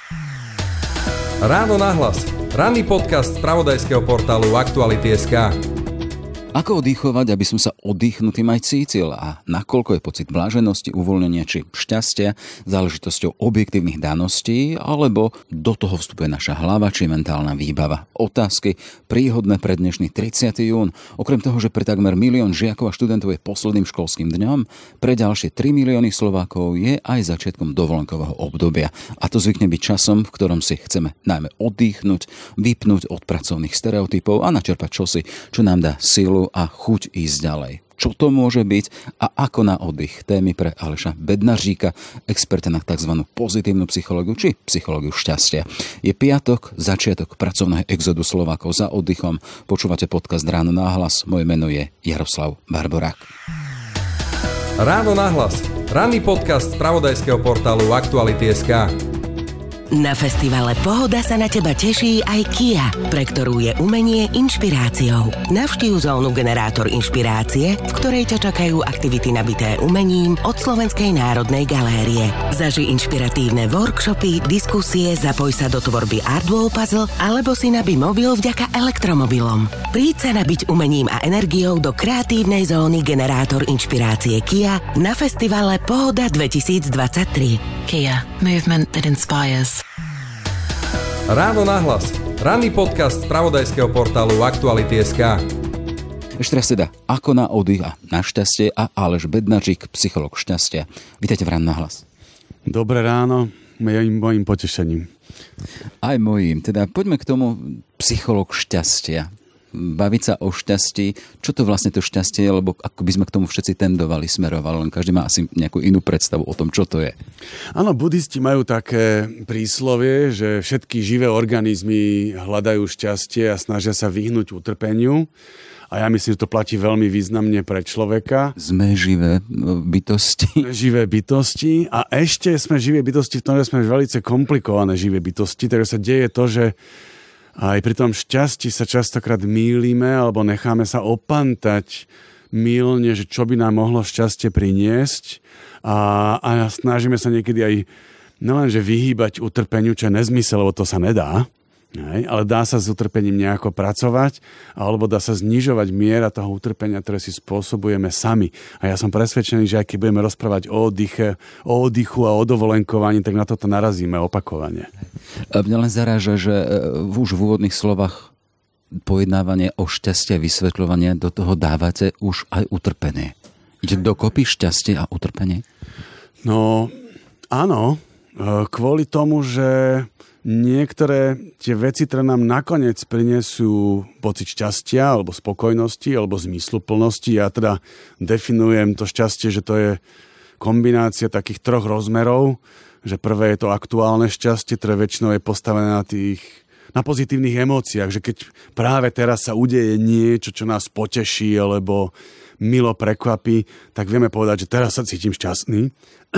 Ráno nahlas. Ranný podcast z spravodajského portálu Aktuality.sk. Ako oddychovať, aby som sa oddychnutým aj cítil a nakoľko je pocit bláženosti, uvoľnenia či šťastia záležitosťou objektívnych daností, alebo do toho vstupuje naša hlava či mentálna výbava. Otázky príhodné pre dnešný 30. jún. Okrem toho, že pre takmer 1 000 000 žiakov a študentov je posledným školským dňom, pre ďalšie 3 milióny Slovákov je aj začiatkom dovolenkového obdobia. A to zvykne byť časom, v ktorom si chceme najmä oddychnúť, vypnúť od pracovných stereotypov a načerpať čosi, čo nám dá silu a chuť ísť ďalej. Čo to môže byť a ako na oddych? Témy pre Aleša Bednaříka, experta na tzv. Pozitívnu psychológiu či psychológiu šťastia. Je piatok, začiatok pracovného exodu Slovákov za oddychom. Počúvate podcast Ráno nahlas. Moje meno je Jaroslav Barborák. Ráno nahlas. Ranný podcast z spravodajského portálu Aktuality.sk. Na festivale Pohoda sa na teba teší aj Kia, pre ktorú je umenie inšpiráciou. Navštív zónu Generátor inšpirácie, v ktorej ťa čakajú aktivity nabité umením od Slovenskej národnej galérie. Zaži inšpiratívne workshopy, diskusie, zapoj sa do tvorby Art Wall Puzzle alebo si nabí mobil vďaka elektromobilom. Príď sa nabiť umením a energiou do kreatívnej zóny Generátor inšpirácie Kia na festivale Pohoda 2023. Kia, movement that inspires. Ráno nahlas. Ranný podcast z spravodajského portálu Aktuality.sk. Ešte raz teda, ako na oddych a na šťastie a Aleš Bednařík, psychológ šťastia. Vítajte v Ráno nahlas. Dobré ráno, mojím potešením. Aj mojím. Teda poďme k tomu, psychológ šťastia. Baviť sa o šťastí. Čo to vlastne to šťastie je, lebo ako by sme k tomu všetci tendovali, smerovali, len každý má asi nejakú inú predstavu o tom, čo to je. Áno, buddhisti majú také príslovie, že všetky živé organizmy hľadajú šťastie a snažia sa vyhnúť utrpeniu. A ja myslím, že to platí veľmi významne pre človeka. Sme živé bytosti. Živé bytosti a ešte sme živé bytosti v tom, že sme veľmi komplikované živé bytosti, takže sa deje to, že aj pri tom šťastí sa častokrát mýlime alebo necháme sa opantať mylne, že čo by nám mohlo šťastie priniesť a snažíme sa niekedy aj nielenže vyhýbať utrpeniu, čo je nezmysel, lebo to sa nedá, ale dá sa s utrpením nejako pracovať alebo dá sa znižovať miera toho utrpenia, ktoré si spôsobujeme sami. A ja som presvedčený, že aj keď budeme rozprávať o oddychu a o dovolenkovaní, tak na toto narazíme opakovane. Mňa len zaráža, že už v úvodných slovách pojednávanie o šťastie a vysvetľovanie do toho dávate už aj utrpenie. Ide dokopy šťastie a utrpenie? No, áno. Kvôli tomu, že niektoré tie veci, ktoré nám nakoniec prinesú pocit šťastia, alebo spokojnosti, alebo zmysluplnosti. Ja teda definujem to šťastie, že to je kombinácia takých 3 rozmerov. Že prvé je to aktuálne šťastie, ktoré väčšinou je postavené na pozitívnych emóciách. Že keď práve teraz sa udeje niečo, čo nás poteší, alebo milo prekvapí, tak vieme povedať, že teraz sa cítim šťastný.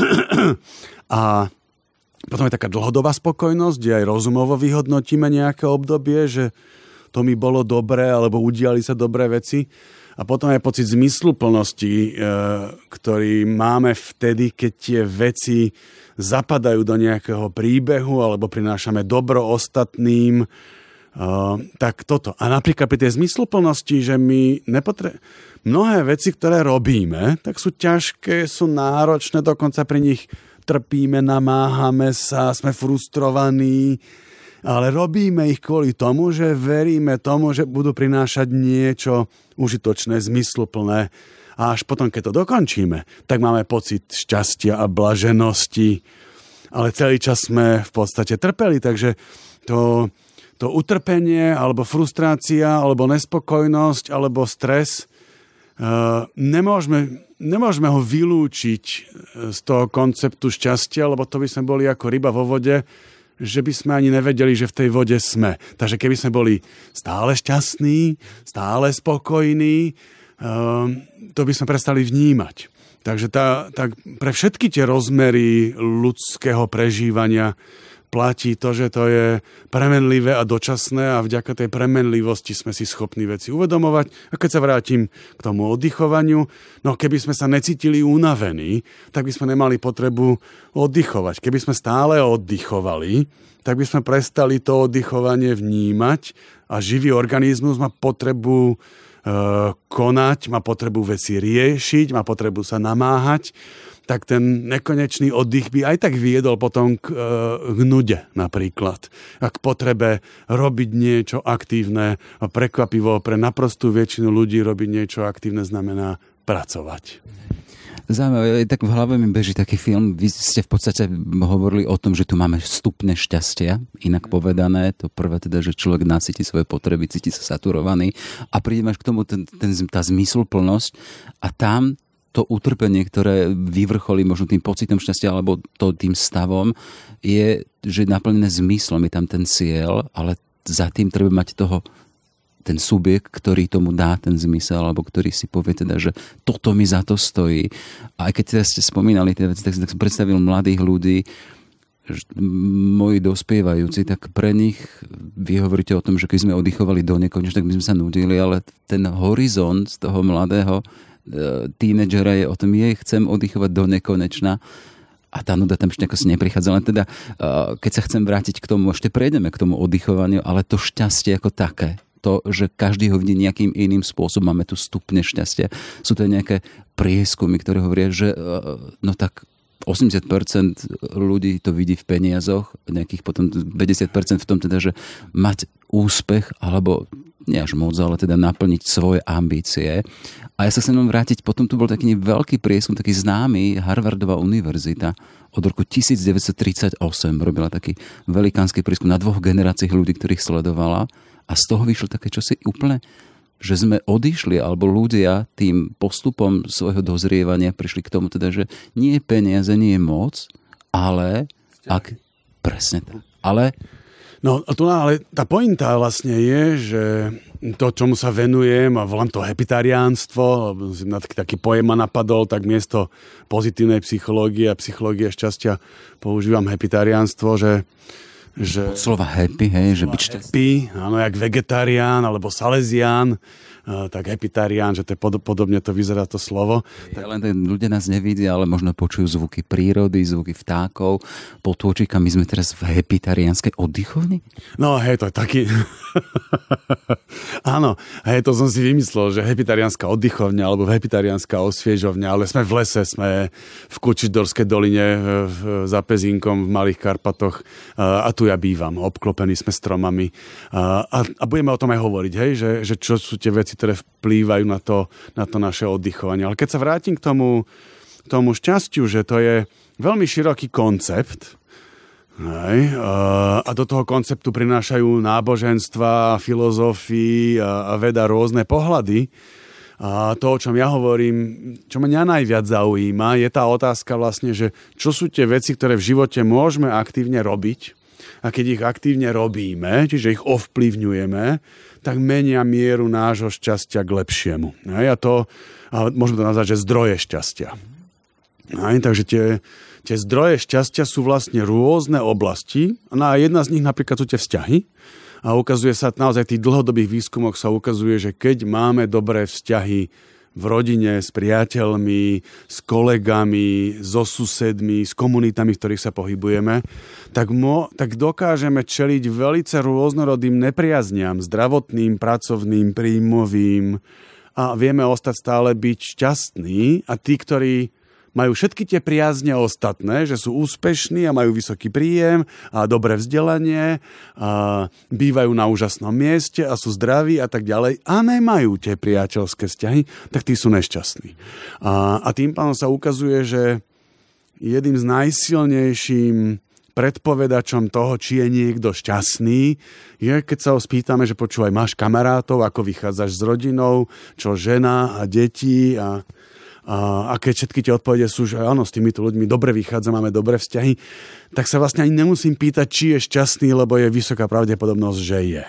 A potom je taká dlhodobá spokojnosť, kde aj rozumovo vyhodnotíme nejaké obdobie, že to mi bolo dobré, alebo udiali sa dobré veci. A potom je pocit zmysluplnosti, ktorý máme vtedy, keď tie veci zapadajú do nejakého príbehu, alebo prinášame dobro ostatným. Tak toto. A napríklad pri tej zmysluplnosti, že my mnohé veci, ktoré robíme, tak sú ťažké, sú náročné, dokonca pri nich trpíme, namáhame sa, sme frustrovaní, ale robíme ich kvôli tomu, že veríme tomu, že budú prinášať niečo užitočné, zmysluplné. A až potom, keď to dokončíme, tak máme pocit šťastia a blaženosti. Ale celý čas sme v podstate trpeli, takže to utrpenie, alebo frustrácia, alebo nespokojnosť, alebo stres, nemôžeme ho vylúčiť z toho konceptu šťastia, lebo to by sme boli ako ryba vo vode, že by sme ani nevedeli, že v tej vode sme. Takže keby sme boli stále šťastní, stále spokojní, to by sme prestali vnímať. Takže tak pre všetky tie rozmery ľudského prežívania platí to, že to je premenlivé a dočasné a vďaka tej premenlivosti sme si schopní veci uvedomovať. A keď sa vrátim k tomu oddychovaniu, no keby sme sa necítili unavení, tak by sme nemali potrebu oddychovať. Keby sme stále oddychovali, tak by sme prestali to oddychovanie vnímať a živý organizmus má potrebu konať, má potrebu veci riešiť, má potrebu sa namáhať, tak ten nekonečný oddych by aj tak viedol potom k nude napríklad. A k potrebe robiť niečo aktívne a prekvapivo pre naprostú väčšinu ľudí robiť niečo aktívne znamená pracovať. Zaujímavé, tak v hlave mi beží taký film, vy ste v podstate hovorili o tom, že tu máme stupne šťastia, inak povedané, to prvé teda, že človek nasytí svoje potreby, cíti sa saturovaný a prídeme až k tomu tá zmysluplnosť a tam to utrpenie, ktoré vyvrcholí možno tým pocitom šťastia alebo tým stavom, je, že je naplnené zmyslom, je tam ten cieľ, ale za tým treba mať ten subjekt, ktorý tomu dá ten zmysel, alebo ktorý si povie teda, že toto mi za to stojí. A aj keď teda ste spomínali tie veci, tak som predstavil mladých ľudí, moji dospievajúci, tak pre nich, vy hovoríte o tom, že keď sme oddychovali do nekonečna, tak my sme sa nudili, ale ten horizont z toho mladého tínedžera je o tom, chcem oddychovať do nekonečna a tá nuda tam ešte ako si neprichádza. Len teda, keď sa chcem vrátiť k tomu, ešte prejdeme k tomu oddychovaniu, ale to šťastie ako také, to, že každý ho vidí nejakým iným spôsobom, máme tu stupne šťastia. Sú to nejaké prieskumy, ktoré hovoria, že no tak 80% ľudí to vidí v peniazoch, nejakých potom 50% v tom teda, že mať úspech, alebo nie až moc, ale teda naplniť svoje ambície. A ja sa chcem vrátiť, potom tu bol taký veľký prieskum, taký známy, Harvardová univerzita od roku 1938 robila taký velikánsky prieskum na 2 generáciách ľudí, ktorých sledovala. A z toho vyšlo také čosi úplne, že sme odišli, alebo ľudia tým postupom svojho dozrievania prišli k tomu teda, že nie je peniaze, nie je moc, ale presne tak. Ale no, ale tá pointa vlastne je, že to, čomu sa venujem, a volám to hepitariánstvo, taký pojem ma napadol, tak miesto pozitívnej psychológie a psychológie šťastia používam hepitariánstvo, že od slova happy, hej, že byť šťastný. Happy, áno, jak vegetarián alebo salesián, tak hepitarián, že to je podobne to vyzerá to slovo. Tak len ľudia nás nevidia, ale možno počujú zvuky prírody, zvuky vtákov, potôčika. My sme teraz v hepitariánskej oddychovni? No hej, to je taký... Áno, hej, to som si vymyslel, že hepitariánska oddychovňa alebo hepitariánska osviežovňa, ale sme v lese, sme v Kučišdorskej doline za Pezínkom v Malých Karpatoch a tu ja bývam, obklopený sme stromami a budeme o tom aj hovoriť, hej, že čo sú tie veci, ktoré vplývajú na to naše oddychovanie. Ale keď sa vrátim k tomu šťastiu, že to je veľmi široký koncept, hej, a do toho konceptu prinášajú náboženstva, filozofii a veda rôzne pohľady. A to, o čom ja hovorím, čo mňa najviac zaujíma, je tá otázka vlastne, že čo sú tie veci, ktoré v živote môžeme aktívne robiť, a keď ich aktívne robíme, čiže ich ovplyvňujeme, tak menia mieru nášho šťastia k lepšiemu. A môžeme to nazvať, že zdroje šťastia. Takže tie zdroje šťastia sú vlastne rôzne oblasti. A jedna z nich napríklad sú tie vzťahy. A ukazuje sa, naozaj v tých dlhodobých výskumoch sa ukazuje, že keď máme dobré vzťahy v rodine, s priateľmi, s kolegami, so susedmi, s komunitami, v ktorých sa pohybujeme, tak dokážeme čeliť veľce rôznorodým nepriazniam, zdravotným, pracovným, príjmovým a vieme ostať stále byť šťastní a tí, ktorí majú všetky tie priazne ostatné, že sú úspešní a majú vysoký príjem a dobré vzdelanie a bývajú na úžasnom mieste a sú zdraví a tak ďalej a nemajú tie priateľské vzťahy, tak tí sú nešťastní. A tým pádom sa ukazuje, že jedným z najsilnejším predpovedačom toho, či je niekto šťastný, je, keď sa ho spýtame, že počúvaj, máš kamarátov, ako vychádzaš s rodinou, čo žena a deti a keď všetky tie odpovede sú, že áno, s týmito ľuďmi dobre vychádza, máme dobré vzťahy, tak sa vlastne ani nemusím pýtať, či je šťastný, lebo je vysoká pravdepodobnosť, že je.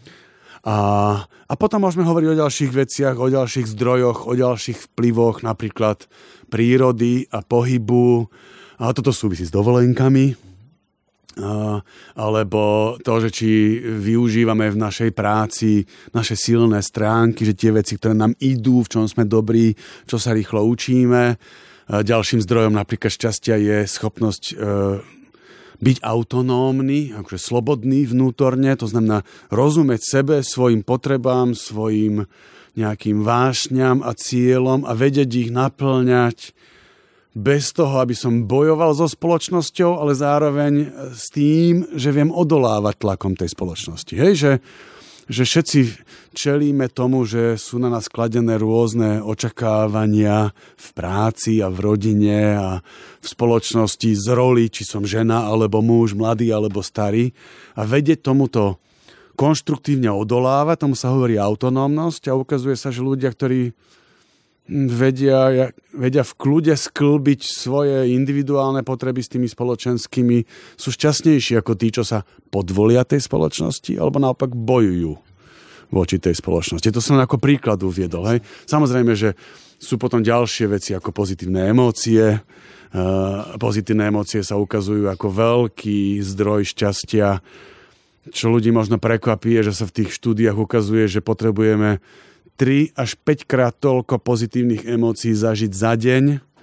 A potom môžeme hovoriť o ďalších veciach, o ďalších zdrojoch, o ďalších vplyvoch, napríklad prírody a pohybu. A toto súvisí s dovolenkami. alebo to, že či využívame v našej práci naše silné stránky, že tie veci, ktoré nám idú, v čom sme dobrí, čo sa rýchlo učíme. Ďalším zdrojom napríklad šťastia je schopnosť byť autonómny, akože slobodný vnútorne, to znamená rozumieť sebe, svojim potrebám, svojim nejakým vášňam a cieľom a vedieť ich naplňať bez toho, aby som bojoval so spoločnosťou, ale zároveň s tým, že viem odolávať tlakom tej spoločnosti. Hej, že všetci čelíme tomu, že sú na nás kladené rôzne očakávania v práci a v rodine a v spoločnosti z roli, či som žena, alebo muž, mladý, alebo starý. A vedieť tomuto konštruktívne odolávať, tomu sa hovorí autonómnosť a ukazuje sa, že ľudia, ktorí vedia v kľude sklbiť svoje individuálne potreby s tými spoločenskými, sú šťastnejší ako tí, čo sa podvolia tej spoločnosti alebo naopak bojujú voči tej spoločnosti. To som ako príklad uviedol. Hej. Samozrejme, že sú potom ďalšie veci ako pozitívne emócie. Pozitívne emócie sa ukazujú ako veľký zdroj šťastia. Čo ľudí možno prekvapí, je, že sa v tých štúdiách ukazuje, že potrebujeme 3 až 5 krát toľko pozitívnych emócií zažiť za deň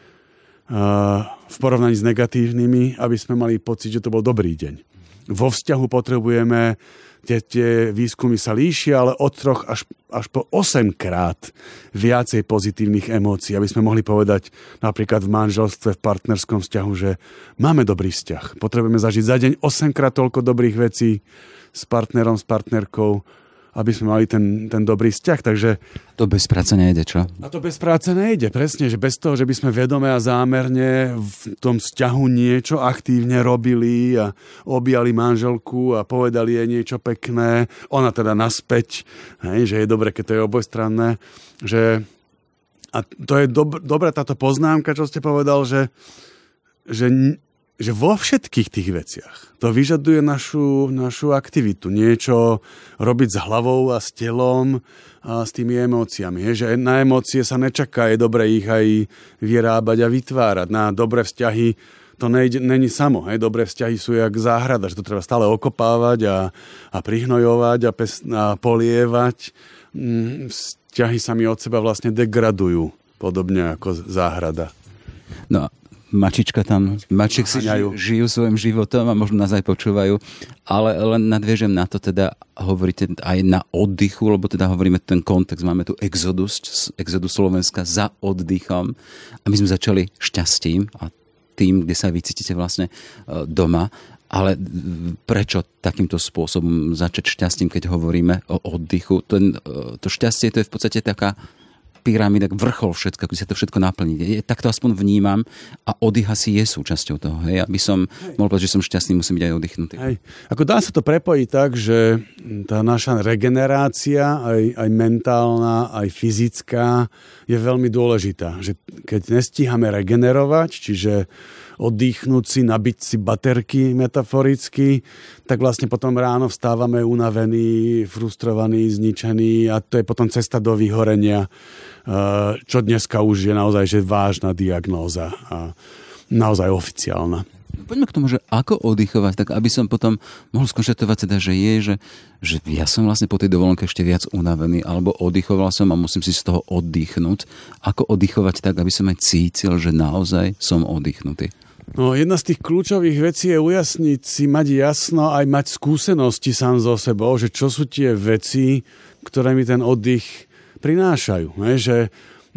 v porovnaní s negatívnymi, aby sme mali pocit, že to bol dobrý deň. Vo vzťahu potrebujeme, tie výskumy sa líšia, ale od 3 až po 8 krát viacej pozitívnych emócií, aby sme mohli povedať napríklad v manželstve, v partnerskom vzťahu, že máme dobrý vzťah. Potrebujeme zažiť za deň 8 krát toľko dobrých vecí s partnerom, s partnerkou, aby sme mali ten dobrý vzťah. Takže to bez práce nejde, čo? A to bez práce nejde, presne, že bez toho, že by sme vedome a zámerne v tom vzťahu niečo aktívne robili a objali manželku a povedali jej niečo pekné, ona teda naspäť, hej, že je dobre, keď to je obojstranné, že a to je dobrá táto poznámka, čo ste povedal, že vo všetkých tých veciach to vyžaduje našu aktivitu. Niečo robiť s hlavou a s telom a s tými emóciami. Že na emócie sa nečaká, je dobre ich aj vyrábať a vytvárať. Na dobré vzťahy to není samo. Dobré vzťahy sú jak záhrada, že to treba stále okopávať a prihnojovať a polievať. Vzťahy sami od seba vlastne degradujú, podobne ako záhrada. No mačička tam, mačiek si žijú svojím životom a možno nás aj počúvajú, ale len nadviežem na to, teda hovoríte aj na oddychu, lebo teda hovoríme ten kontext, máme tu exodus Slovenska za oddychom a my sme začali šťastím a tým, kde sa vycítite vlastne doma, ale prečo takýmto spôsobom začať šťastím, keď hovoríme o oddychu? To šťastie to je v podstate taká pyramída, vrchol všetko, ako sa to všetko naplní. Tak to aspoň vnímam a oddych asi je súčasťou toho. Hej. Aby som mohol povedať, že som šťastný, musím byť aj oddychnutý. Hej. Ako dá sa to prepojiť tak, že tá naša regenerácia, aj mentálna, aj fyzická, je veľmi dôležitá. Že keď nestíhame regenerovať, čiže oddychnúť si, nabiť si baterky metaforicky, tak vlastne potom ráno vstávame unavení, frustrovaní, zničení a to je potom cesta do vyhorenia, čo dneska už je naozaj že vážna diagnóza a naozaj oficiálna. Poďme k tomu, že ako oddychovať, tak aby som potom mohol skonštatovať teda, že ja som vlastne po tej dovolenke ešte viac unavený, alebo oddychoval som a musím si z toho oddychnúť. Ako oddychovať tak, aby som aj cítil, že naozaj som oddychnutý? No, jedna z tých kľúčových vecí je ujasniť si, mať jasno, aj mať skúsenosti sám so sebou, že čo sú tie veci, ktoré mi ten oddych prinášajú. Že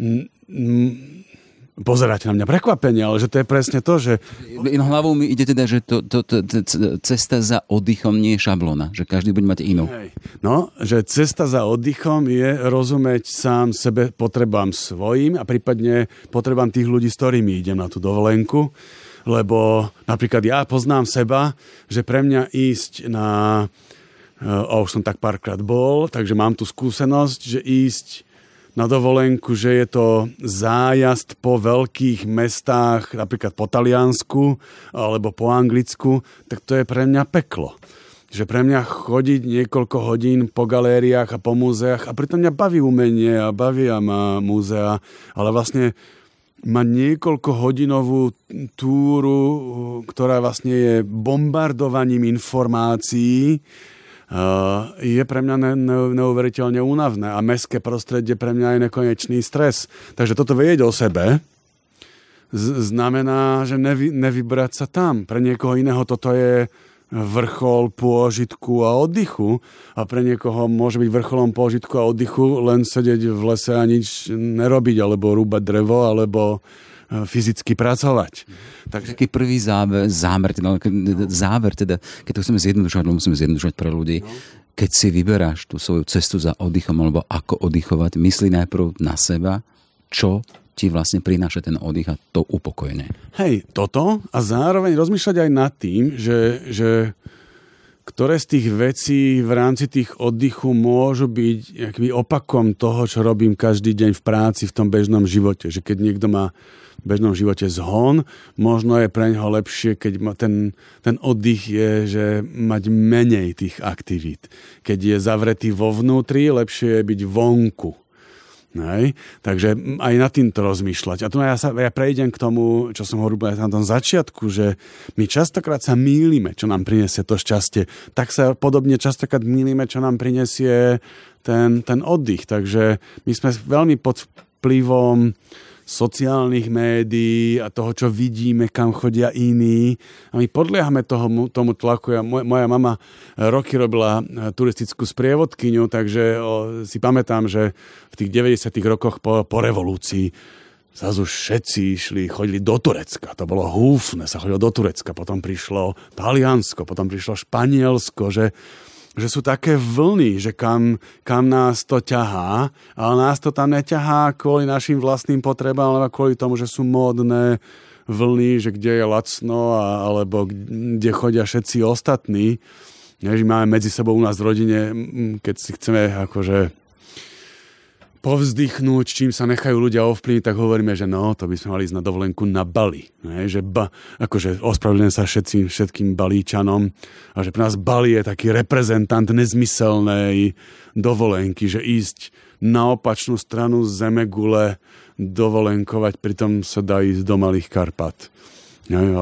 pozeráte na mňa prekvapenie, ale že to je presne to, že... Hlavou mi ide teda, že cesta za oddychom nie je šablona, že každý bude mať inú. No, že cesta za oddychom je rozumieť sám sebe potrebám svojim a prípadne potrebám tých ľudí, s ktorými idem na tú dovolenku. Lebo napríklad ja poznám seba, že pre mňa ísť na... už som tak párkrát bol, takže mám tú skúsenosť, že ísť na dovolenku, že je to zájazd po veľkých mestách, napríklad po Taliansku alebo po Anglicku, tak to je pre mňa peklo. Že pre mňa chodiť niekoľko hodín po galériách a po múzeách a pritom mňa baví umenie a bavia ma múzea, ale vlastne mať niekoľkohodinovú túru, ktorá vlastne je bombardovaním informácií, je pre mňa neuveriteľne únavné a mestské prostredie pre mňa je nekonečný stres. Takže toto vedieť o sebe znamená, že nevybrať sa tam. Pre niekoho iného toto je vrchol pôžitku a oddychu a pre niekoho môže byť vrcholom pôžitku a oddychu len sedieť v lese a nič nerobiť, alebo rúbať drevo, alebo fyzicky pracovať. Takže taký prvý záver, keď to chceme zjednodušovať, musíme zjednodušovať pre ľudí. Keď si vyberáš tú svoju cestu za oddychom alebo ako oddychovať, myslí najprv na seba, čo ti vlastne prináša ten oddych a to upokojenie. Hej, toto a zároveň rozmýšľať aj nad tým, že ktoré z tých vecí v rámci tých oddychu môžu byť opakom toho, čo robím každý deň v práci, v tom bežnom živote. Že keď niekto má v bežnom živote zhon, možno je pre neho lepšie, keď má ten oddych je, že mať menej tých aktivít. Keď je zavretý vo vnútri, lepšie je byť vonku. Hej. Takže aj nad týmto rozmýšľať. A tu ja prejdem k tomu, čo som hovoril na tom začiatku, že my častokrát sa mýlime, čo nám prinesie to šťastie. Tak sa podobne častokrát mýlime, čo nám prinesie ten oddych. Takže my sme veľmi pod vplyvom sociálnych médií a toho, čo vidíme, kam chodia iní. A my podliehame tomu tlaku. Moja mama roky robila turistickú sprievodkyňu, takže si pamätám, že v tých 90. rokoch po revolúcii zase už všetci chodili do Turecka. To bolo húfne, sa chodilo do Turecka. Potom prišlo Taliansko, potom prišlo Španielsko, že sú také vlny, že kam nás to ťahá, ale nás to tam neťahá kvôli našim vlastným potrebám, ale kvôli tomu, že sú módne vlny, že kde je lacno, alebo kde chodia všetci ostatní. Že máme medzi sebou u nás v rodine, keď si chceme akože povzdychnúť, čím sa nechajú ľudia ovplyvniť, tak hovoríme, že no, to by sme mali ísť na dovolenku na Bali. Že akože ospravedlňujem sa všetkým Balíčanom a že pre nás Bali je taký reprezentant nezmyselnej dovolenky, že ísť na opačnú stranu zemegule dovolenkovať, pritom sa dá ísť do Malých Karpat. Ale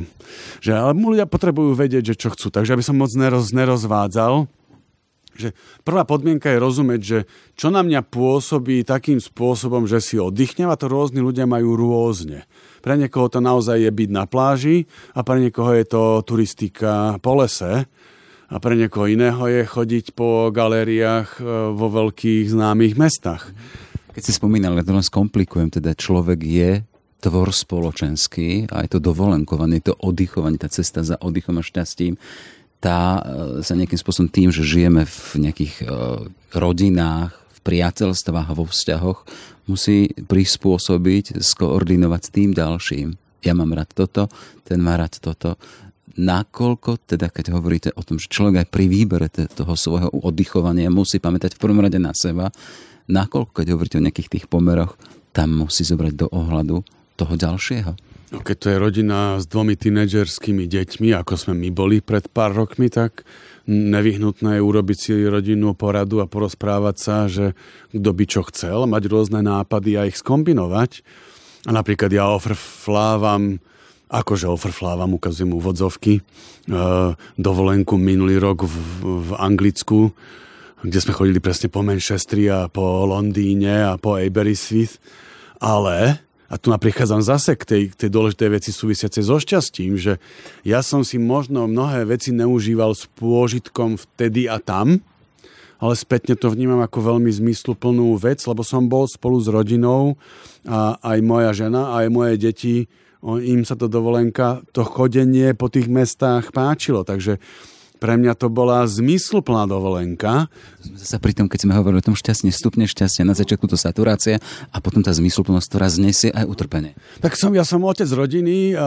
ľudia potrebujú vedieť, že čo chcú. Takže aby som moc nerozvádzal, že prvá podmienka je rozumieť, že čo na mňa pôsobí takým spôsobom, že si oddychnem, a to rôzni ľudia majú rôzne. Pre niekoho to naozaj je byť na pláži a pre niekoho je to turistika po lese a pre niekoho iného je chodiť po galériách vo veľkých známych mestách. Keď si spomínal, ja to len skomplikujem, teda človek je tvor spoločenský a je to dovolenkovanie, to oddychovanie, tá cesta za oddychom a šťastím, tá sa nejakým spôsobom tým, že žijeme v nejakých rodinách, v priateľstvách a vo vzťahoch, musí prispôsobiť, skoordinovať s tým ďalším. Ja mám rád toto, ten má rád toto. Nakoľko, teda keď hovoríte o tom, že človek aj pri výbere toho svojho oddychovania musí pamätať v prvom rade na seba, nakoľko, keď hovoríte o nejakých tých pomeroch, tam musí zobrať do ohľadu toho ďalšieho. No keď to je rodina s 2 tínedžerskými deťmi, ako sme my boli pred pár rokmi, tak nevyhnutné je urobiť si rodinnú poradu a porozprávať sa, že kto by čo chcel, mať rôzne nápady a ich skombinovať. A napríklad ja ofrflávam, ukazujem úvodzovky, dovolenku minulý rok v Anglicku, kde sme chodili presne po Manchestri a po Londýne a po Aberystwyth, ale... A tu prichádzam zase k tej dôležitej veci súvisiacej so šťastím, že ja som si možno mnohé veci neužíval s pôžitkom vtedy a tam, ale spätne to vnímam ako veľmi zmysluplnú vec, lebo som bol spolu s rodinou a aj moja žena, aj moje deti, im sa to dovolenka, to chodenie po tých mestách páčilo, takže pre mňa to bola zmysluplná dovolenka. Zase pri tom, keď sme hovorili o tom šťastne, stupne šťastia, na začiatku to saturácia a potom tá zmysluplnosť, ktorá znesie aj utrpenie. Tak ja som otec rodiny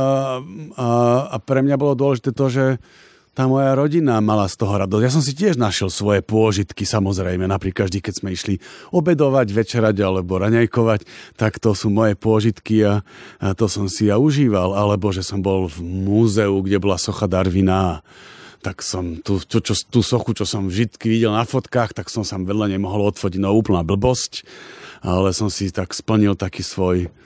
a pre mňa bolo dôležité to, že tá moja rodina mala z toho radosť. Ja som si tiež našiel svoje pôžitky, samozrejme, napríklad vždy, keď sme išli obedovať, večerať alebo raňajkovať, tak to sú moje pôžitky a to som si ja užíval. Alebo že som bol v múzeu, kde bola socha Darwina, tak som tú sochu, čo som vždy videl na fotkách, tak som sa vedľa nemohol odfotiť, no úplná blbosť, ale som si tak splnil taký svoj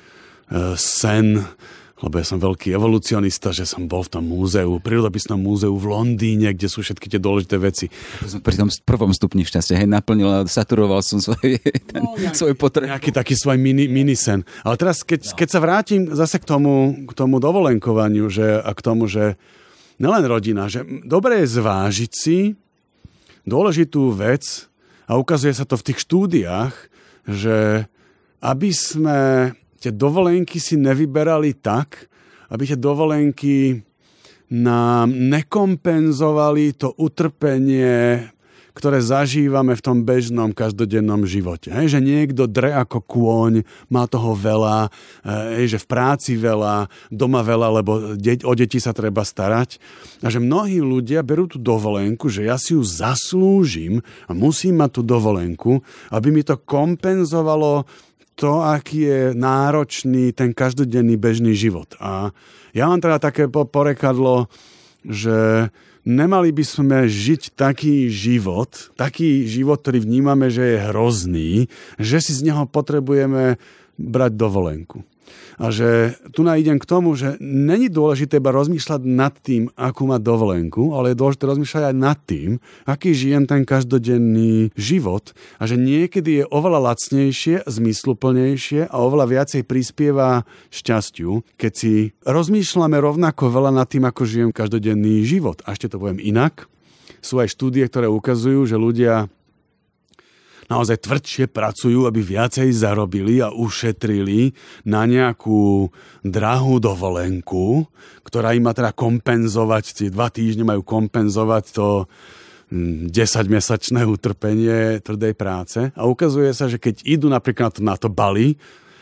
sen, lebo ja som veľký evolucionista, že som bol v tom múzeu, prírodopisnom múzeu v Londýne, kde sú všetky tie dôležité veci. Pri tom prvom stupni šťastia, naplnil a saturoval som svoj potreb. Nejaký taký svoj mini sen. Ale teraz, keď sa vrátim zase k tomu dovolenkovaniu, a k tomu, že nelen rodina, že dobre je zvážiť si dôležitú vec a ukazuje sa to v tých štúdiách, že aby sme tie dovolenky si nevyberali tak, aby tie dovolenky nám nekompenzovali to utrpenie, ktoré zažívame v tom bežnom každodennom živote. Že niekto dre ako kôň, má toho veľa, že v práci veľa, doma veľa, lebo o deti sa treba starať. A že mnohí ľudia berú tú dovolenku, že ja si ju zaslúžim a musím mať tú dovolenku, aby mi to kompenzovalo to, aký je náročný ten každodenný bežný život. A ja mám teda také porekadlo, že nemali by sme žiť taký život, ktorý vnímame, že je hrozný, že si z neho potrebujeme brať dovolenku. A že tu idem k tomu, že není dôležité iba rozmýšľať nad tým, akú má dovolenku, ale je dôležité rozmýšľať aj nad tým, aký žijem ten každodenný život a že niekedy je oveľa lacnejšie, zmysluplnejšie a oveľa viacej prispieva šťastiu, keď si rozmýšľame rovnako veľa nad tým, ako žijem každodenný život. A ešte to poviem inak. Sú aj štúdie, ktoré ukazujú, že ľudia naozaj tvrdšie pracujú, aby viacej zarobili a ušetrili na nejakú drahú dovolenku, ktorá im má teda kompenzovať, tie 2 týždne majú kompenzovať to 10-mesačné utrpenie tvrdej práce. A ukazuje sa, že keď idú napríklad na to Bali,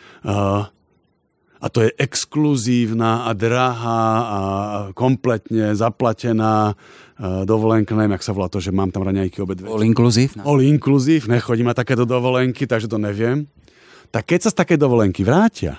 a to je exkluzívna a drahá a kompletne zaplatená dovolenka, neviem, jak sa volá to, že mám tam raňajky obed. All inclusive? No. All inclusive, nechodím na takéto dovolenky, takže to neviem. Tak keď sa z také dovolenky vrátia,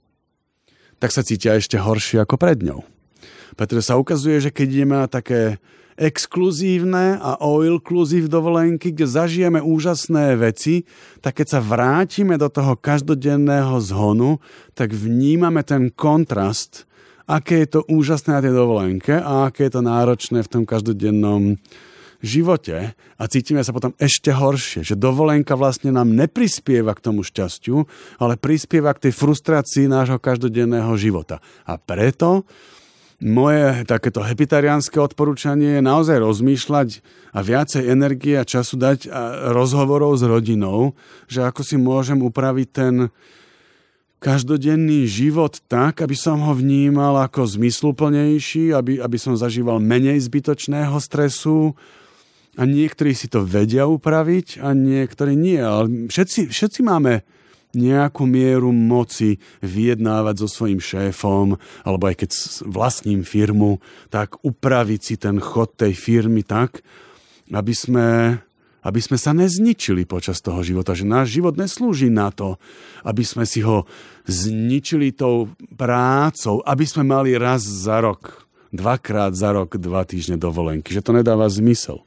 tak sa cítia ešte horšie ako pred ňou. Pretože sa ukazuje, že keď ideme na také exkluzívne a all-inclusive dovolenky, kde zažijeme úžasné veci, tak keď sa vrátime do toho každodenného zhonu, tak vnímame ten kontrast, aké je to úžasné na tej dovolenke a aké je to náročné v tom každodennom živote a cítime sa potom ešte horšie, že dovolenka vlastne nám neprispieva k tomu šťastiu, ale prispieva k tej frustrácii nášho každodenného života. A preto moje takéto hepitariánske odporúčanie je naozaj rozmýšľať a viacej energie a času dať a rozhovorov s rodinou, že ako si môžem upraviť ten každodenný život tak, aby som ho vnímal ako zmysluplnejší, aby som zažíval menej zbytočného stresu. A niektorí si to vedia upraviť a niektorí nie. Ale všetci máme nejakú mieru moci vyjednávať so svojím šéfom, alebo aj keď vlastním firmu, tak upraviť si ten chod tej firmy tak, aby sme sa nezničili počas toho života. Že náš život neslúži na to, aby sme si ho zničili tou prácou, aby sme mali raz za rok, 2-krát za rok, 2 týždne dovolenky. Že to nedáva zmysel.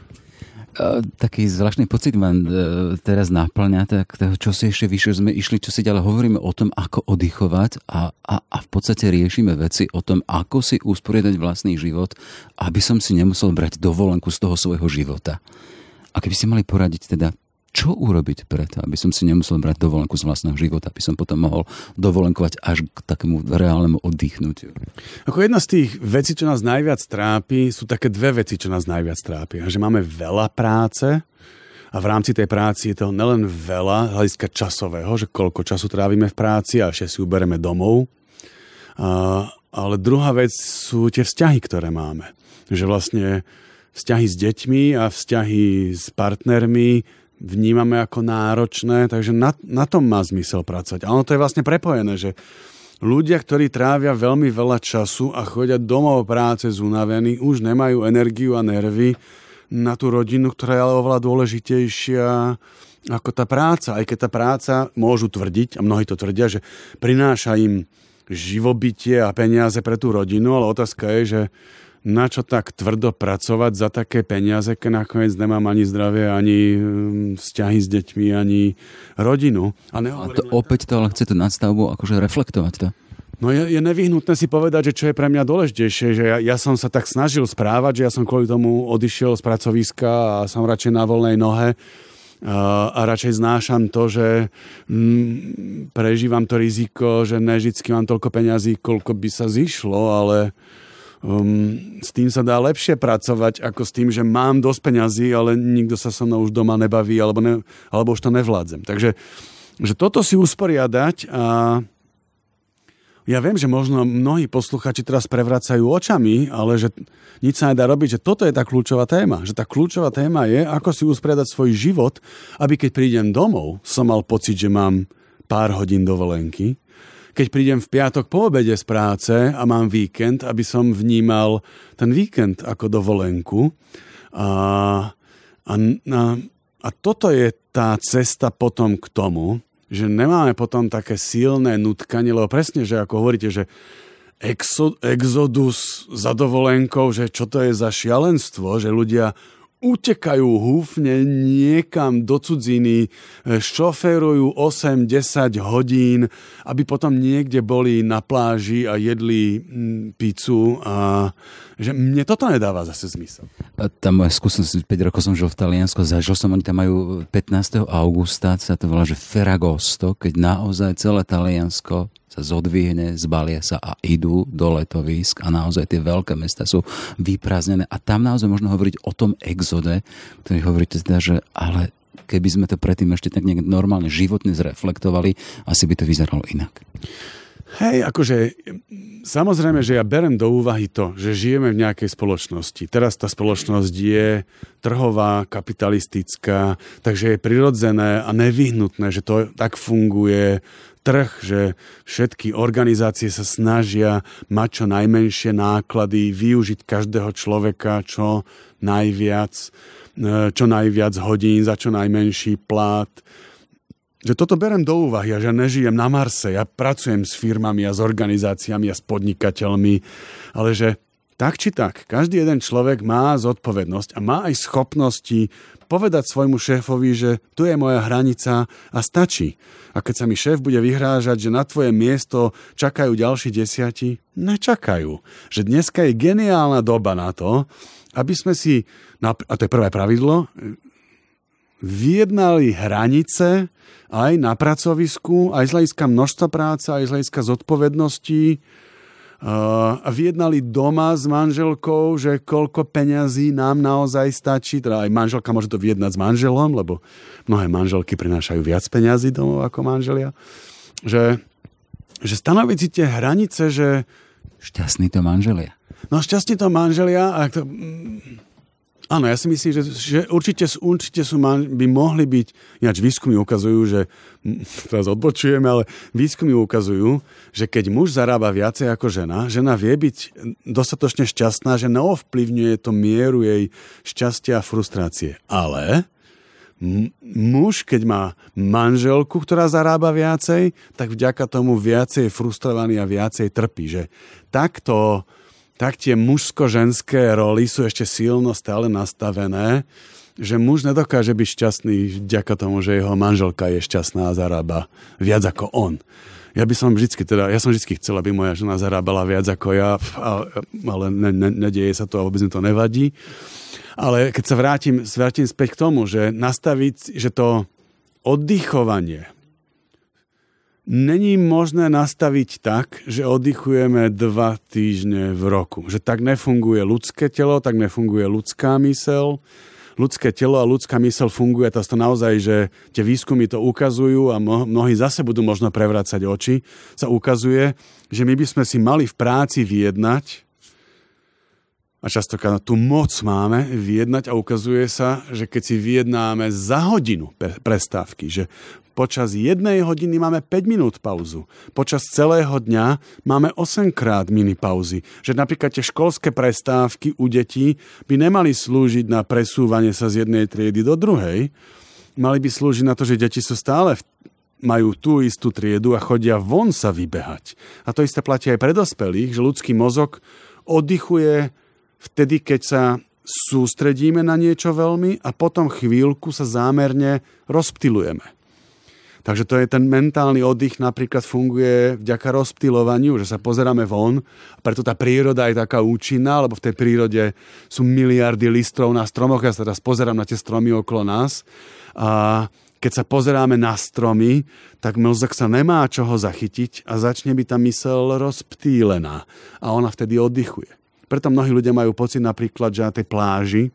Taký zvláštny pocit ma teraz náplňa, tak čo si ešte vyššie sme išli, čo si ďalej hovoríme o tom, ako oddychovať a v podstate riešime veci o tom, ako si usporiadať vlastný život, aby som si nemusel brať dovolenku z toho svojho života. A keby ste mali poradiť teda, čo urobiť preto, aby som si nemusel brať dovolenku z vlastného života, aby som potom mohol dovolenkovať až k takému reálnemu oddychnutiu. Ako jedna z tých vecí, čo nás najviac trápi, sú také 2 veci, čo nás najviac trápi. Že máme veľa práce a v rámci tej práci je to nelen veľa hľadiska časového, že koľko času trávime v práci a ešte si uberieme domov. Ale druhá vec sú tie vzťahy, ktoré máme. Že vlastne vzťahy s deťmi a vzťahy s partnermi vnímame ako náročné, takže na tom má zmysel pracovať. A ono to je vlastne prepojené, že ľudia, ktorí trávia veľmi veľa času a chodia domov práce zunavení, už nemajú energiu a nervy na tú rodinu, ktorá je ale oveľa dôležitejšia ako tá práca. Aj keď tá práca, môžu tvrdiť, a mnohí to tvrdia, že prináša im živobytie a peniaze pre tú rodinu, ale otázka je, že na čo tak tvrdo pracovať za také peniaze, keď nakoniec nemám ani zdravie, ani vzťahy s deťmi, ani rodinu. A to opäť to ale chce tú nadstavbu akože reflektovať to. No je nevyhnutné si povedať, že čo je pre mňa dôležitejšie, že ja som sa tak snažil správať, že ja som kvôli tomu odišiel z pracoviska a som radšej na voľnej nohe a radšej znášam to, že prežívam to riziko, že ne vždycky mám toľko peňazí, koľko by sa zišlo, ale s tým sa dá lepšie pracovať, ako s tým, že mám dosť peňazí, ale nikto sa so mnou už doma nebaví, alebo už to nevládzem. Takže že toto si usporiadať a ja viem, že možno mnohí posluchači teraz prevracajú očami, ale že nič sa nedá robiť, že toto je tá kľúčová téma. Že tá kľúčová téma je, ako si usporiadať svoj život, aby keď prídem domov, som mal pocit, že mám pár hodín dovolenky. Keď prídem v piatok po obede z práce a mám víkend, aby som vnímal ten víkend ako dovolenku. A toto je tá cesta potom k tomu, že nemáme potom také silné nutkanie, lebo presne, že ako hovoríte, že exodus za dovolenkou, že čo to je za šialenstvo, že ľudia utekajú húfne niekam do cudziny, šoférujú 8-10 hodín, aby potom niekde boli na pláži a jedli pizzu a že mne toto nedáva zase zmysel. Tá moja skúsenosť, 5 rokov som žil v Taliansku, zažil som, oni tam majú 15. augusta, sa to volá, že Ferragosto, keď naozaj celé Taliansko sa zodvihne, zbalia sa a idú do letovísk a naozaj tie veľké mesta sú vyprázdnené a tam naozaj možno hovoriť o tom exode, ktorý hovoríte teda, že ale keby sme to predtým ešte tak nejak normálne životne zreflektovali, asi by to vyzeralo inak. Hej, akože samozrejme, že ja berem do úvahy to, že žijeme v nejakej spoločnosti. Teraz tá spoločnosť je trhová, kapitalistická, takže je prirodzené a nevyhnutné, že to tak funguje trh, že všetky organizácie sa snažia mať čo najmenšie náklady, využiť každého človeka čo najviac hodín za čo najmenší plát. Že toto berem do úvahy, že nežijem na Marse, ja pracujem s firmami a s organizáciami a s podnikateľmi, ale že tak či tak, každý jeden človek má zodpovednosť a má aj schopnosti povedať svojmu šéfovi, že tu je moja hranica a stačí. A keď sa mi šéf bude vyhrážať, že na tvoje miesto čakajú ďalší 10, nečakajú. Že dneska je geniálna doba na to, aby sme si, a to je prvé pravidlo, vyjednali hranice aj na pracovisku, aj z hľadiska množstva práce, aj z hľadiska zodpovedností, a vyjednali doma s manželkou, že koľko peňazí nám naozaj stačí. Teda aj manželka môže to vyjednať s manželom, lebo mnohé manželky prinášajú viac peňazí domov ako manželia. Že stanoviť si tie hranice, že... Šťastní to manželia. No šťastní to manželia a to... Áno, ja si myslím, že určite by mohli byť, ináč výskumy ukazujú, že, teraz odbočujeme, ale výskumy ukazujú, že keď muž zarába viacej ako žena vie byť dostatočne šťastná, že neovplyvňuje to mieru jej šťastia a frustrácie. Ale muž, keď má manželku, ktorá zarába viacej, tak vďaka tomu viacej frustrovaný a viacej trpí. Že tak tie mužsko-ženské roly sú ešte silno stále nastavené, že muž nedokáže byť šťastný vďaka tomu, že jeho manželka je šťastná a zarába viac ako on. Ja som vždycky chcel, aby moja žena zarábala viac ako ja, ale nedieje sa to a vôbec mi to nevadí. Ale keď sa vrátim späť k tomu, že nastaviť, že to oddychovanie není možné nastaviť tak, že oddychujeme 2 týždne v roku. Že tak nefunguje ľudské telo, tak nefunguje ľudská myseľ. Ľudské telo a ľudská myseľ funguje, to naozaj, že tie výskumy to ukazujú a mnohí zase budú možno prevrácať oči, sa ukazuje, že my by sme si mali v práci vyjednať, a častokrát tú moc máme vyjednať a ukazuje sa, že keď si vyjednáme za hodinu prestávky, že počas 1 hodiny máme 5 minút pauzu. Počas celého dňa máme 8-krát mini pauzy. Že napríklad tie školské prestávky u detí by nemali slúžiť na presúvanie sa z jednej triedy do druhej. Mali by slúžiť na to, že deti sú stále majú tú istú triedu a chodia von sa vybehať. A to isté platí aj pre dospelých, že ľudský mozog oddychuje vtedy, keď sa sústredíme na niečo veľmi a potom chvíľku sa zámerne rozptylujeme. Takže to je ten mentálny oddych, napríklad funguje vďaka rozptylovaniu, že sa pozeráme von, preto tá príroda je taká účinná, lebo v tej prírode sú miliardy listov na stromoch, ja sa teraz pozerám na tie stromy okolo nás a keď sa pozeráme na stromy, tak mozog sa nemá čoho zachytiť a začne byť tá myseľ rozptýlená a ona vtedy oddychuje. Preto mnohí ľudia majú pocit napríklad, že na tej pláži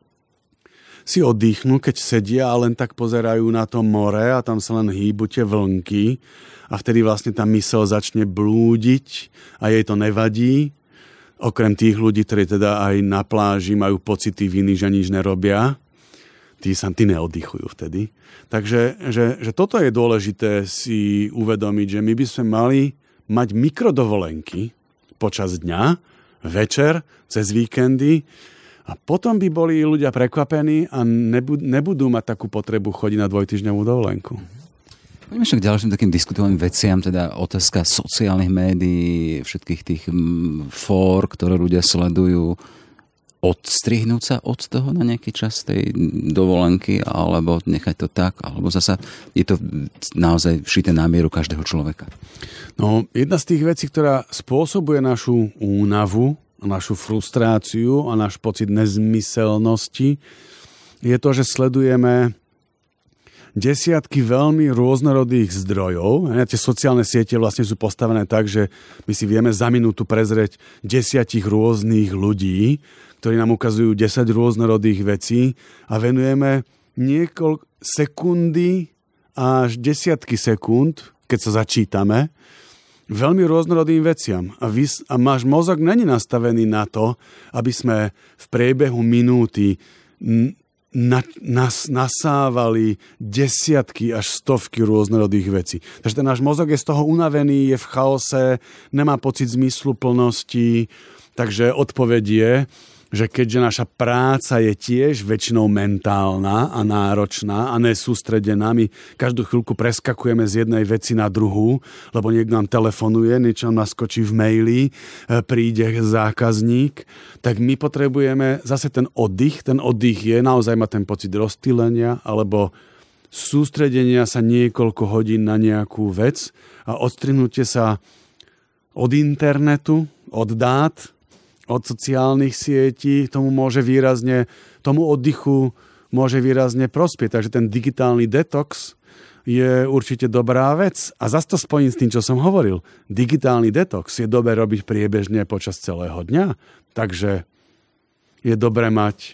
si oddychnú, keď sedia a len tak pozerajú na to more a tam sa len hýbu tie vlnky a vtedy vlastne tá myseľ začne blúdiť a jej to nevadí. Okrem tých ľudí, ktorí teda aj na pláži majú pocity viny, že nič nerobia, tí neoddychujú vtedy. Takže že toto je dôležité si uvedomiť, že my by sme mali mať mikrodovolenky počas dňa, večer, cez víkendy a potom by boli ľudia prekvapení a nebudú mať takú potrebu chodiť na dvojtýždňovú dovolenku. Poďme však k ďalším takým diskutovaným veciam, teda otázka sociálnych médií, všetkých tých fór, ktoré ľudia sledujú. Odstrihnúť sa od toho na nejaký čas tej dovolenky, alebo nechať to tak, alebo zasa je to naozaj všité na mieru každého človeka? No, jedna z tých vecí, ktorá spôsobuje našu únavu, našu frustráciu a náš pocit nezmyselnosti, je to, že sledujeme desiatky veľmi rôznorodých zdrojov. Tie sociálne siete vlastne sú postavené tak, že my si vieme za minútu prezrieť 10 rôznych ľudí, ktorí nám ukazujú 10 rôznorodých vecí a venujeme niekoľko sekundy až desiatky sekúnd, keď sa začítame, veľmi rôznorodým veciam. A náš mozog není nastavený na to, aby sme v priebehu minúty nasávali desiatky až stovky rôznorodých vecí. Takže ten náš mozog je z toho unavený, je v chaose, nemá pocit zmysluplnosti. Takže odpoveď je, že keďže naša práca je tiež väčšinou mentálna a náročná a nesústredená, my každú chvíľku preskakujeme z jednej veci na druhú, lebo niekto nám telefonuje, niečo nám naskočí v maili, príde zákazník, tak my potrebujeme zase ten oddych. Ten oddych je naozaj mať ten pocit rozptýlenia alebo sústredenia sa niekoľko hodín na nejakú vec a odstrihnutie sa od internetu, od dát, od sociálnych sietí, tomu oddychu môže výrazne prospieť. Takže ten digitálny detox je určite dobrá vec. A zase to spojím s tým, čo som hovoril. Digitálny detox je dobré robiť priebežne počas celého dňa. Takže je dobré mať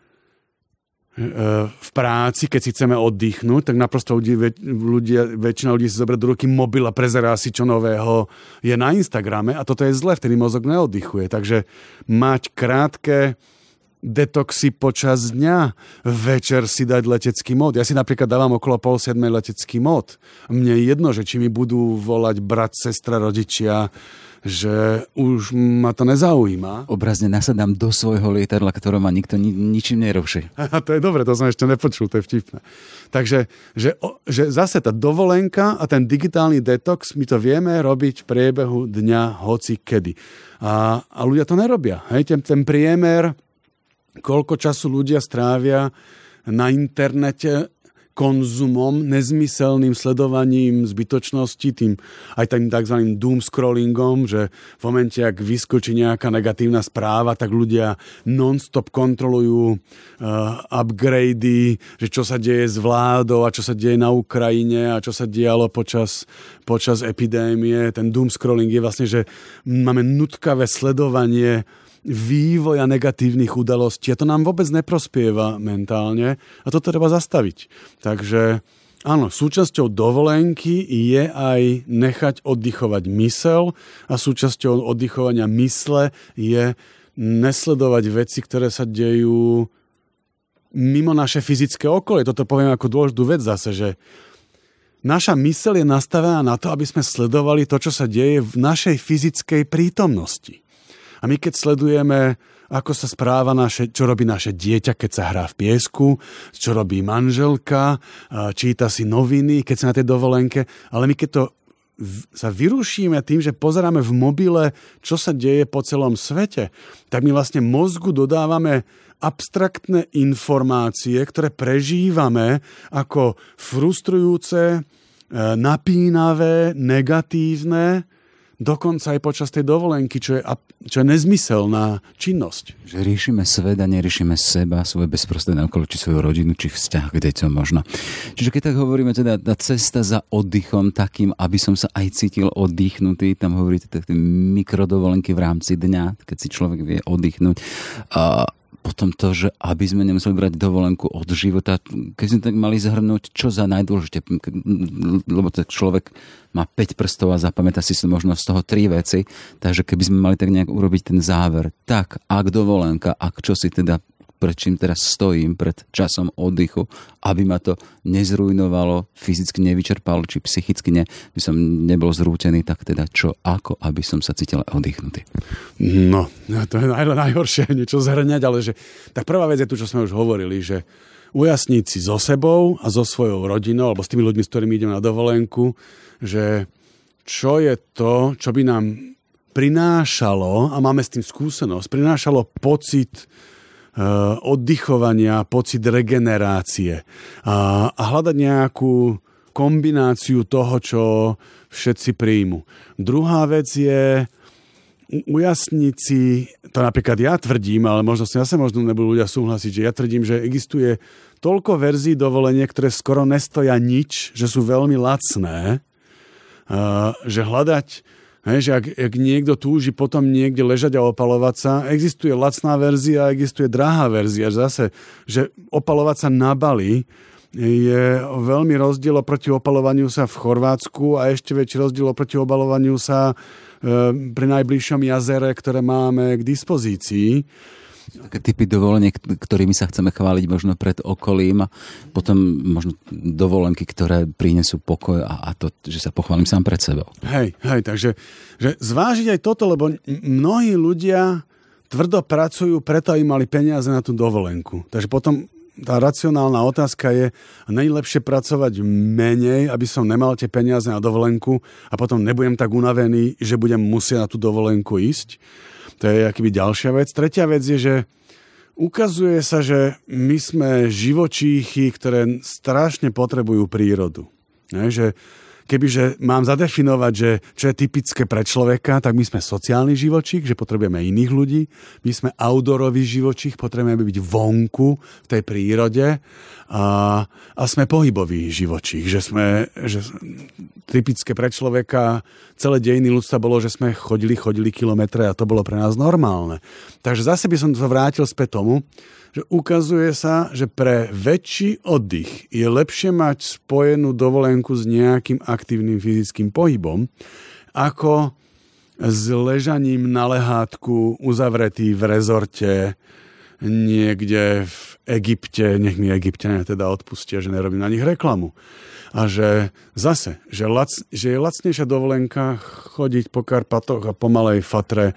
v práci, keď si chceme oddychnúť, tak naprosto väčšina ľudí si zoberie do ruky mobil a prezerá si, čo nového je na Instagrame a toto je zle, vtedy mozog neoddychuje. Takže mať krátke detoxy počas dňa, večer si dať letecký mód. Ja si napríklad dávam okolo 6:30 letecký mód. Mne je jedno, že či mi budú volať brat, sestra, rodičia, že už ma to nezaujíma. Obrazne nasadám do svojho lietadla, ktoré ma nikto ničím neruší. A to je dobre, to som ešte nepočul, to je vtipné. Takže že zase tá dovolenka a ten digitálny detox, my to vieme robiť v priebehu dňa hoci kedy. A ľudia to nerobia. Hej? Ten priemer, koľko času ľudia strávia na internete konzumom, nezmyselným sledovaním zbytočnosti, tým aj tým takzvaným doom scrollingom, že v momente, ak vyskočí nejaká negatívna správa, tak ľudia non-stop kontrolujú upgrady, že čo sa deje s vládou a čo sa deje na Ukrajine a čo sa dialo počas epidémie. Ten doom scrolling je vlastne, že máme nutkavé sledovanie vývoja negatívnych udalostí a to nám vôbec neprospieva mentálne a to treba zastaviť. Takže áno, súčasťou dovolenky je aj nechať oddychovať myseľ a súčasťou oddychovania mysle je nesledovať veci, ktoré sa dejú mimo naše fyzické okolie. Toto poviem ako dôležitú vec zase, že naša myseľ je nastavená na to, aby sme sledovali to, čo sa deje v našej fyzickej prítomnosti. A my keď sledujeme, ako sa správa čo robí naše dieťa, keď sa hrá v piesku, čo robí manželka, číta si noviny, keď sa na tej dovolenke, ale my keď to sa vyrušíme tým, že pozeráme v mobile, čo sa deje po celom svete, tak my vlastne mozgu dodávame abstraktné informácie, ktoré prežívame ako frustrujúce, napínavé, negatívne, dokonca aj počas tej dovolenky, čo je nezmyselná činnosť. Že riešime svet a neriešime seba, svoje bezprostredné okolo, či svoju rodinu, či vzťah k deťom možno. Čiže keď tak hovoríme, teda tá cesta za oddychom takým, aby som sa aj cítil oddychnutý, tam hovoríte také mikrodovolenky v rámci dňa, keď si človek vie oddychnúť. A potom to, že aby sme nemuseli brať dovolenku od života, keď sme tak mali zhrnúť, čo za najdôležité, lebo tak človek má 5 prstov a zapamätá si možno z toho 3 veci, takže keby sme mali tak nejak urobiť ten záver, tak ak dovolenka, ak čo si teda, pred čím teraz stojím, pred časom oddychu, aby ma to nezrujnovalo, fyzicky nevyčerpalo, či psychicky by som nebol zrútený, tak teda čo, ako, aby som sa cítil oddychnutý. No, to je najhoršie niečo zhrňať, ale že tak prvá vec je tu, čo sme už hovorili, že ujasniť si so sebou a so svojou rodinou, alebo s tými ľuďmi, s ktorými ideme na dovolenku, že čo je to, čo by nám prinášalo, a máme s tým skúsenosť, prinášalo pocit oddychovania, pocit regenerácie a hľadať nejakú kombináciu toho, čo všetci príjmu. Druhá vec je ujasniť si, to napríklad ja tvrdím, ale možno nebudú ľudia súhlasiť, že ja tvrdím, že existuje toľko verzií dovolenia, ktoré skoro nestoja nič, že sú veľmi lacné, že hľadať, že ak niekto túži potom niekde ležať a opalovať sa, existuje lacná verzia a existuje drahá verzia. Zase, že opalovať sa na Bali je veľmi rozdiel oproti opalovaniu sa v Chorvátsku a ešte väčší rozdiel oproti opalovaniu sa pri najbližšom jazere, ktoré máme k dispozícii. Také typy dovoleniek, ktorými sa chceme chváliť možno pred okolím a potom možno dovolenky, ktoré prinesú pokoj a to, že sa pochválim sám pred sebou. Hej, takže že zvážiť aj toto, lebo mnohí ľudia tvrdo pracujú, preto aby mali peniaze na tú dovolenku. Takže potom tá racionálna otázka je, najlepšie pracovať menej, aby som nemal tie peniaze na dovolenku a potom nebudem tak unavený, že budem musieť na tú dovolenku ísť. To je akýby ďalšia vec. Tretia vec je, že ukazuje sa, že my sme živočíchy, ktoré strašne potrebujú prírodu. Že kebyže mám zadefinovať, že čo je typické pre človeka, tak my sme sociálny živočích, že potrebujeme iných ľudí. My sme outdoorový živočích, potrebujeme byť vonku v tej prírode a sme pohybový živočích, že typické pre človeka celé dejiny ľudstva bolo, že sme chodili kilometre a to bolo pre nás normálne. Takže zase by som to vrátil späť tomu, že ukazuje sa, že pre väčší oddych je lepšie mať spojenú dovolenku s nejakým aktívnym fyzickým pohybom, ako s ležaním na lehátku uzavretý v rezorte niekde v Egypte, nech mi Egypťania teda odpustia, že nerobím na nich reklamu. A že zase, že je lacnejšia dovolenka chodiť po Karpatoch a po Malej Fatre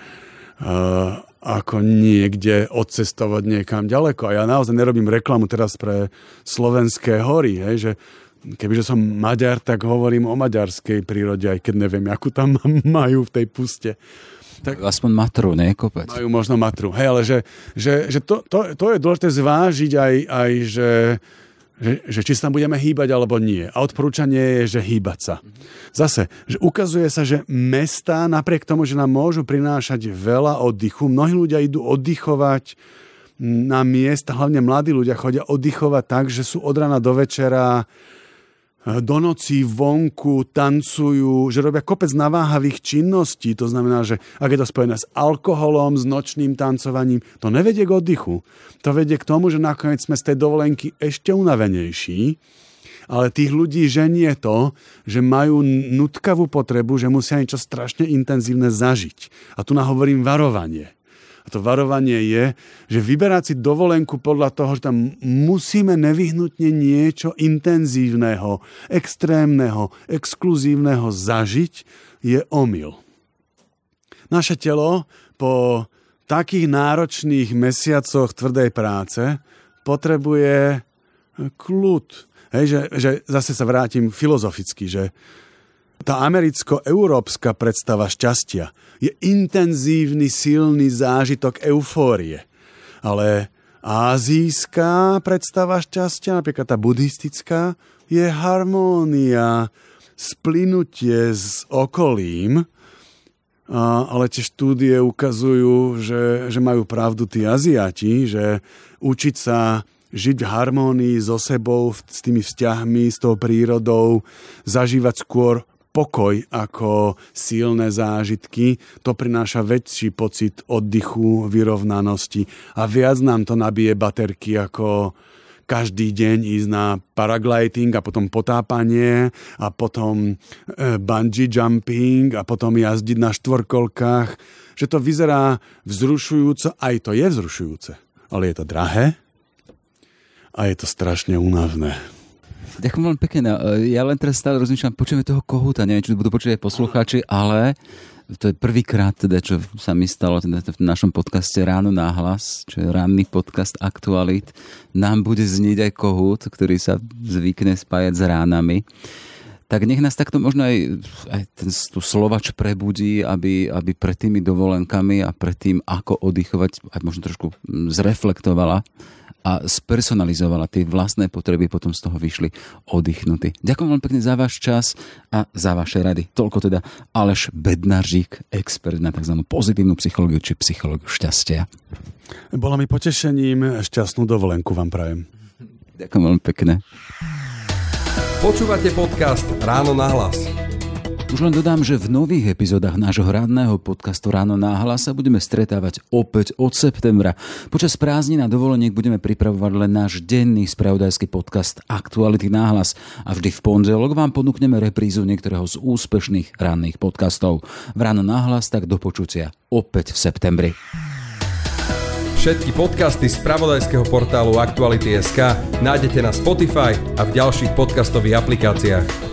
ako niekde odcestovať niekam ďaleko. A ja naozaj nerobím reklamu teraz pre slovenské hory, že kebyže som Maďar, tak hovorím o maďarskej prírode, aj keď neviem, akú tam majú v tej puste. Tak aspoň matru, nie kopec. Majú možno matru. Hej, ale že to je dôležité zvážiť aj že či sa tam budeme hýbať alebo nie. A odporúčanie je, že hýbať sa. Zase, že ukazuje sa, že mestá, napriek tomu, že nám môžu prinášať veľa oddychu, mnohí ľudia idú oddychovať na miesta, hlavne mladí ľudia chodia oddychovať tak, že sú od rana do večera do noci vonku, tancujú, že robia kopec naváhavých činností. To znamená, že ak je to spojené s alkoholom, s nočným tancovaním, to nevedie k oddychu. To vedie k tomu, že nakoniec sme z tej dovolenky ešte unavenejší, ale tých ľudí ženie to, že majú nutkavú potrebu, že musia niečo strašne intenzívne zažiť. A tu nahovorím varovanie. A to varovanie je, že vyberať si dovolenku podľa toho, že tam musíme nevyhnutne niečo intenzívneho, extrémneho, exkluzívneho zažiť, je omyl. Naše telo po takých náročných mesiacoch tvrdej práce potrebuje kľud. Že zase sa vrátim filozoficky, že Tá americko-európska predstava šťastia je intenzívny, silný zážitok eufórie. Ale ázijská predstava šťastia, napríklad tá buddhistická, je harmónia, splynutie s okolím. Ale tie štúdie ukazujú, že majú pravdu tí Aziati, že učiť sa žiť v harmónii so sebou, s tými vzťahmi, s tou prírodou, zažívať skôr pokoj ako silné zážitky, to prináša väčší pocit oddychu, vyrovnanosti a viac nám to nabije baterky ako každý deň ísť na paragliding a potom potápanie a potom bungee jumping a potom jazdiť na štvorkolkách. Že to vyzerá vzrušujúco, aj to je vzrušujúce, ale je to drahé a je to strašne únavné. Ďakujem veľmi pekne. Ja len teraz stále rozmýšľam, počujeme toho kohúta, neviem, či to budú počuť aj poslucháči, ale to je prvýkrát, teda, čo sa mi stalo teda v našom podcaste Ráno nahlas, čo je ranný podcast aktualít. Nám bude znieť aj kohút, ktorý sa zvykne spájať s ránami. Tak nech nás takto možno aj tú Slovač prebudí, aby pred tými dovolenkami a pred tým, ako oddychovať, aj možno trošku zreflektovala a spersonalizovala tie vlastné potreby, potom z toho vyšli oddychnutí. Ďakujem veľmi pekne za váš čas a za vaše rady. Toľko teda Aleš Bednařík, expert na tzv. Pozitívnu psychológiu či psychológiu šťastia. Bolo mi potešením, šťastnú dovolenku vám prajem. Ďakujem veľmi pekne. Počúvate podcast Ráno nahlas. Už len dodám, že v nových epizódach nášho ranného podcastu Ráno nahlas sa budeme stretávať opäť od septembra. Počas prázdnin a dovoleniek budeme pripravovať len náš denný spravodajský podcast Aktuality náhlas a vždy v pondelok vám ponúkneme reprízu niektorého z úspešných ranných podcastov. V Ráno nahlas tak do počutia opäť v septembri. Všetky podcasty z spravodajského portálu Aktuality.sk nájdete na Spotify a v ďalších podcastových aplikáciách.